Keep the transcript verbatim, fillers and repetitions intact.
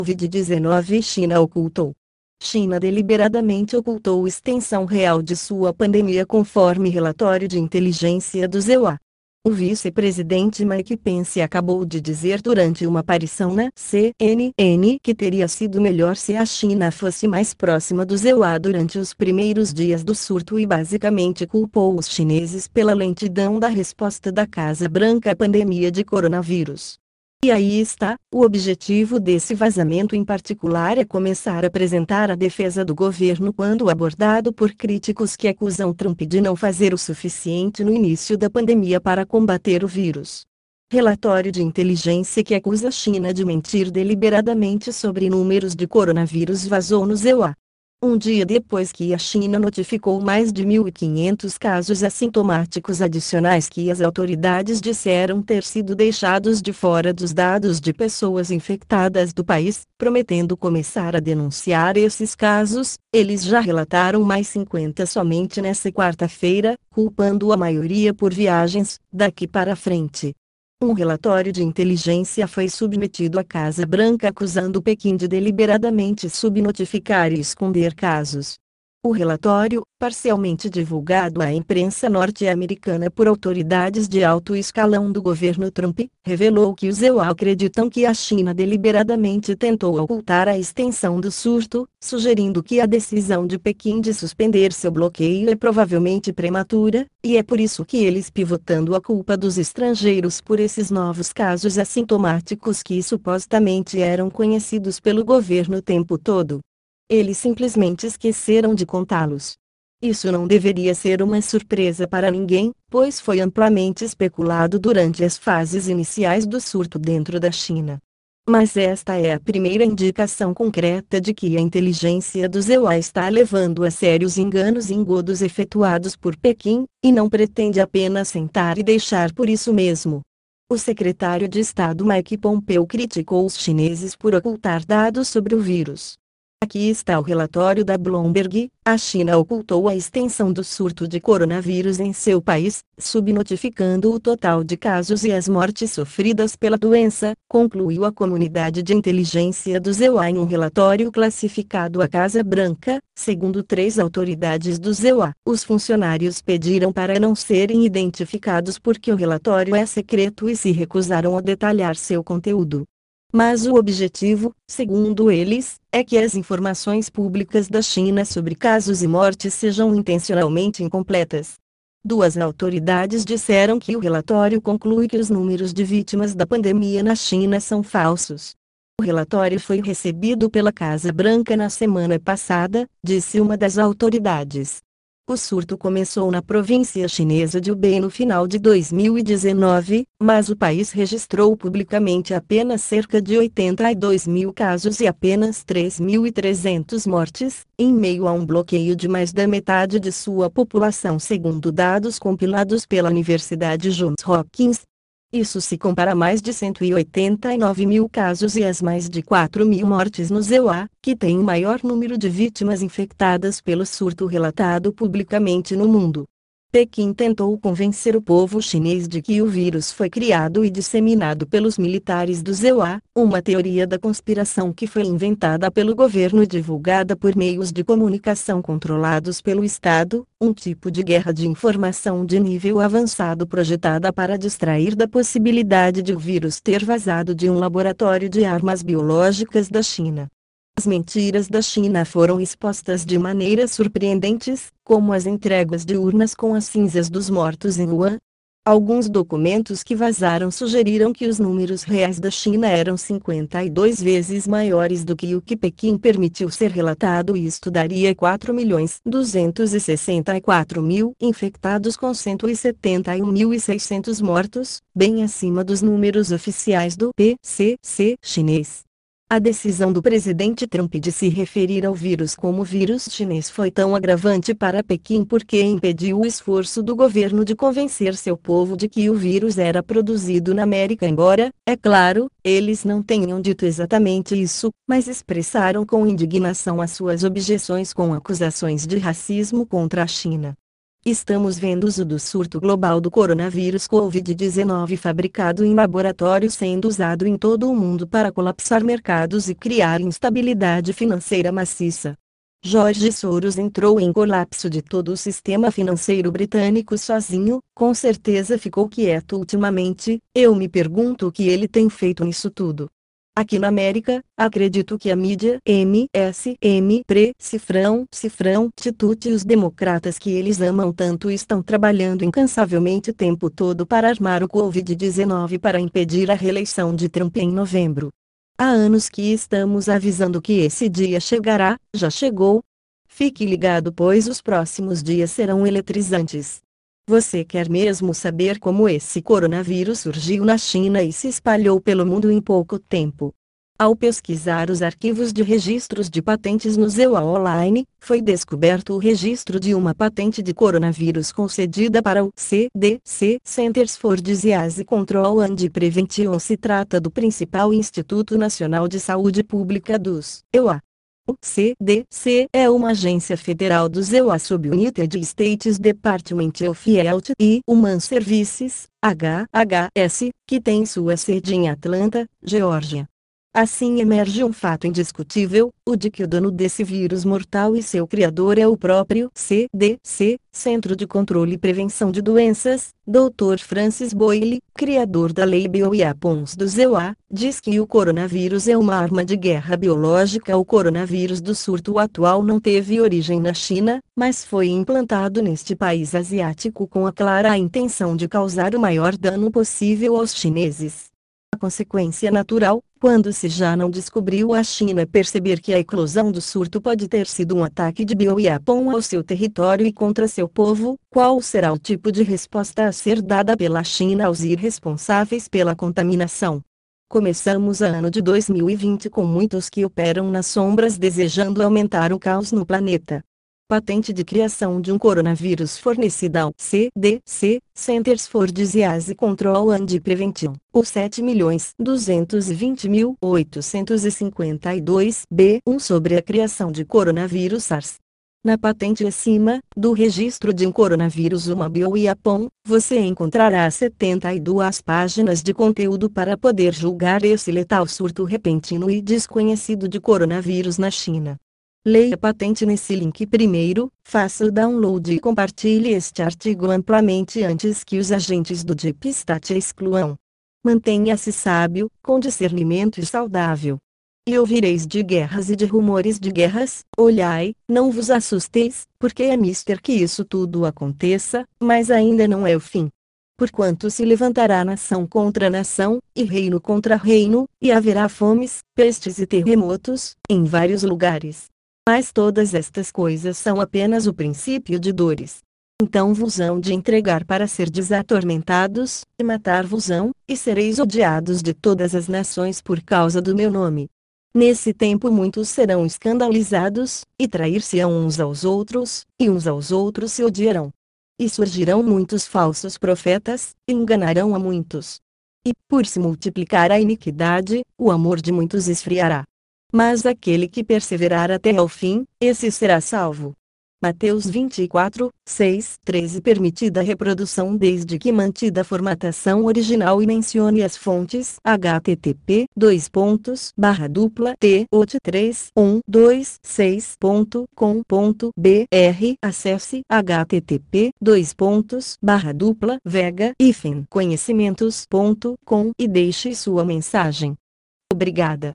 covid dezenove China ocultou. China deliberadamente ocultou extensão real de sua pandemia conforme relatório de inteligência do Xinhua. O vice-presidente Mike Pence acabou de dizer durante uma aparição na C N N que teria sido melhor se a China fosse mais próxima do Xinhua durante os primeiros dias do surto e basicamente culpou os chineses pela lentidão da resposta da Casa Branca à pandemia de coronavírus. E aí está, o objetivo desse vazamento em particular é começar a apresentar a defesa do governo quando abordado por críticos que acusam Trump de não fazer o suficiente no início da pandemia para combater o vírus. Relatório de inteligência que acusa a China de mentir deliberadamente sobre números de coronavírus vazou no Xinhua. Um dia depois que a China notificou mais de mil e quinhentos casos assintomáticos adicionais que as autoridades disseram ter sido deixados de fora dos dados de pessoas infectadas do país, prometendo começar a denunciar esses casos, eles já relataram mais cinquenta somente nesta quarta-feira, culpando a maioria por viagens, daqui para frente. Um relatório de inteligência foi submetido à Casa Branca acusando Pequim de deliberadamente subnotificar e esconder casos. O relatório, parcialmente divulgado à imprensa norte-americana por autoridades de alto escalão do governo Trump, revelou que os Xinhua acreditam que a China deliberadamente tentou ocultar a extensão do surto, sugerindo que a decisão de Pequim de suspender seu bloqueio é provavelmente prematura, e é por isso que eles pivotando a culpa dos estrangeiros por esses novos casos assintomáticos que supostamente eram conhecidos pelo governo o tempo todo. Eles simplesmente esqueceram de contá-los. Isso não deveria ser uma surpresa para ninguém, pois foi amplamente especulado durante as fases iniciais do surto dentro da China. Mas esta é a primeira indicação concreta de que a inteligência do Xinhua está levando a sério os enganos e engodos efetuados por Pequim, e não pretende apenas sentar e deixar por isso mesmo. O secretário de Estado Mike Pompeo criticou os chineses por ocultar dados sobre o vírus. Aqui está o relatório da Bloomberg. A China ocultou a extensão do surto de coronavírus em seu país, subnotificando o total de casos e as mortes sofridas pela doença, concluiu a comunidade de inteligência do Xinhua em um relatório classificado à Casa Branca. Segundo três autoridades do Xinhua, os funcionários pediram para não serem identificados porque o relatório é secreto e se recusaram a detalhar seu conteúdo. Mas o objetivo, segundo eles, é que as informações públicas da China sobre casos e mortes sejam intencionalmente incompletas. Duas autoridades disseram que o relatório conclui que os números de vítimas da pandemia na China são falsos. O relatório foi recebido pela Casa Branca na semana passada, disse uma das autoridades. O surto começou na província chinesa de Hubei no final de dois mil e dezenove, mas o país registrou publicamente apenas cerca de oitenta e dois mil casos e apenas três mil e trezentas mortes, em meio a um bloqueio de mais da metade de sua população segundo dados compilados pela Universidade Johns Hopkins. Isso se compara a mais de cento e oitenta e nove mil casos e as mais de quatro mil mortes no Xinhua, que tem o maior número de vítimas infectadas pelo surto relatado publicamente no mundo. Pequim tentou convencer o povo chinês de que o vírus foi criado e disseminado pelos militares do Xinhua, uma teoria da conspiração que foi inventada pelo governo e divulgada por meios de comunicação controlados pelo Estado, um tipo de guerra de informação de nível avançado projetada para distrair da possibilidade de o vírus ter vazado de um laboratório de armas biológicas da China. As mentiras da China foram expostas de maneiras surpreendentes, como as entregas de urnas com as cinzas dos mortos em Wuhan. Alguns documentos que vazaram sugeriram que os números reais da China eram cinquenta e duas vezes maiores do que o que Pequim permitiu ser relatado e isto daria quatro milhões duzentos e sessenta e quatro mil infectados com cento e setenta e um mil e seiscentos mortos, bem acima dos números oficiais do P C C chinês. A decisão do presidente Trump de se referir ao vírus como vírus chinês foi tão agravante para Pequim porque impediu o esforço do governo de convencer seu povo de que o vírus era produzido na América. Embora, é claro, eles não tenham dito exatamente isso, mas expressaram com indignação as suas objeções com acusações de racismo contra a China. Estamos vendo o uso do surto global do coronavírus covid dezenove fabricado em laboratórios sendo usado em todo o mundo para colapsar mercados e criar instabilidade financeira maciça. George Soros entrou em colapso de todo o sistema financeiro britânico sozinho, com certeza ficou quieto ultimamente. Eu me pergunto o que ele tem feito nisso tudo. Aqui na América, acredito que a mídia, M S M, Pre, Cifrão, Cifrão, Titute e os democratas que eles amam tanto estão trabalhando incansavelmente o tempo todo para armar o covid dezenove para impedir a reeleição de Trump em novembro. Há anos que estamos avisando que esse dia chegará, já chegou. Fique ligado pois os próximos dias serão eletrizantes. Você quer mesmo saber como esse coronavírus surgiu na China e se espalhou pelo mundo em pouco tempo? Ao pesquisar os arquivos de registros de patentes no Z E U A Online, foi descoberto o registro de uma patente de coronavírus concedida para o C D C Centers for Disease Control and Prevention. Se trata do principal Instituto Nacional de Saúde Pública dos E U A. O C D C é uma agência federal do Z E U A sob o United States Department of Health e Human Services, H H S, que tem sua sede em Atlanta, Geórgia. Assim emerge um fato indiscutível, o de que o dono desse vírus mortal e seu criador é o próprio C D C, Centro de Controle e Prevenção de Doenças. doutor Francis Boyle, criador da lei Bioweapons do Z E U A, diz que o coronavírus é uma arma de guerra biológica. O coronavírus do surto atual não teve origem na China, mas foi implantado neste país asiático com a clara intenção de causar o maior dano possível aos chineses. A consequência natural, quando se já não descobriu a China perceber que a eclosão do surto pode ter sido um ataque de bioweapon ao seu território e contra seu povo, qual será o tipo de resposta a ser dada pela China aos irresponsáveis pela contaminação? Começamos o ano de dois mil e vinte com muitos que operam nas sombras desejando aumentar o caos no planeta. Patente de criação de um coronavírus fornecida ao C D C, Centers for Disease Control and Prevention, o sete milhões duzentos e vinte mil oitocentos e cinquenta e dois B um sobre a criação de coronavírus SARS. Na patente acima, do registro de um coronavírus uma bioweapon, você encontrará setenta e duas páginas de conteúdo para poder julgar esse letal surto repentino e desconhecido de coronavírus na China. Leia a patente nesse link primeiro, faça o download e compartilhe este artigo amplamente antes que os agentes do Deep State a excluam. Mantenha-se sábio, com discernimento e saudável. E ouvireis de guerras e de rumores de guerras. Olhai, não vos assusteis, porque é mister que isso tudo aconteça, mas ainda não é o fim. Porquanto se levantará nação contra nação, e reino contra reino, e haverá fomes, pestes e terremotos, em vários lugares. Mas todas estas coisas são apenas o princípio de dores. Então vos hão de entregar para serdes atormentados, e matar-vos-ão, e sereis odiados de todas as nações por causa do meu nome. Nesse tempo muitos serão escandalizados, e trair-se-ão uns aos outros, e uns aos outros se odiarão. E surgirão muitos falsos profetas, e enganarão a muitos. E, por se multiplicar a iniquidade, o amor de muitos esfriará. Mas aquele que perseverar até ao fim, esse será salvo. Mateus vinte e quatro, seis, treze Permitida a reprodução desde que mantida a formatação original e mencione as fontes http dois pontos barra dupla t o t três um dois seis ponto com ponto br acesse http dois pontos barra dupla vega hífen conhecimentos ponto com e deixe sua mensagem. Obrigada.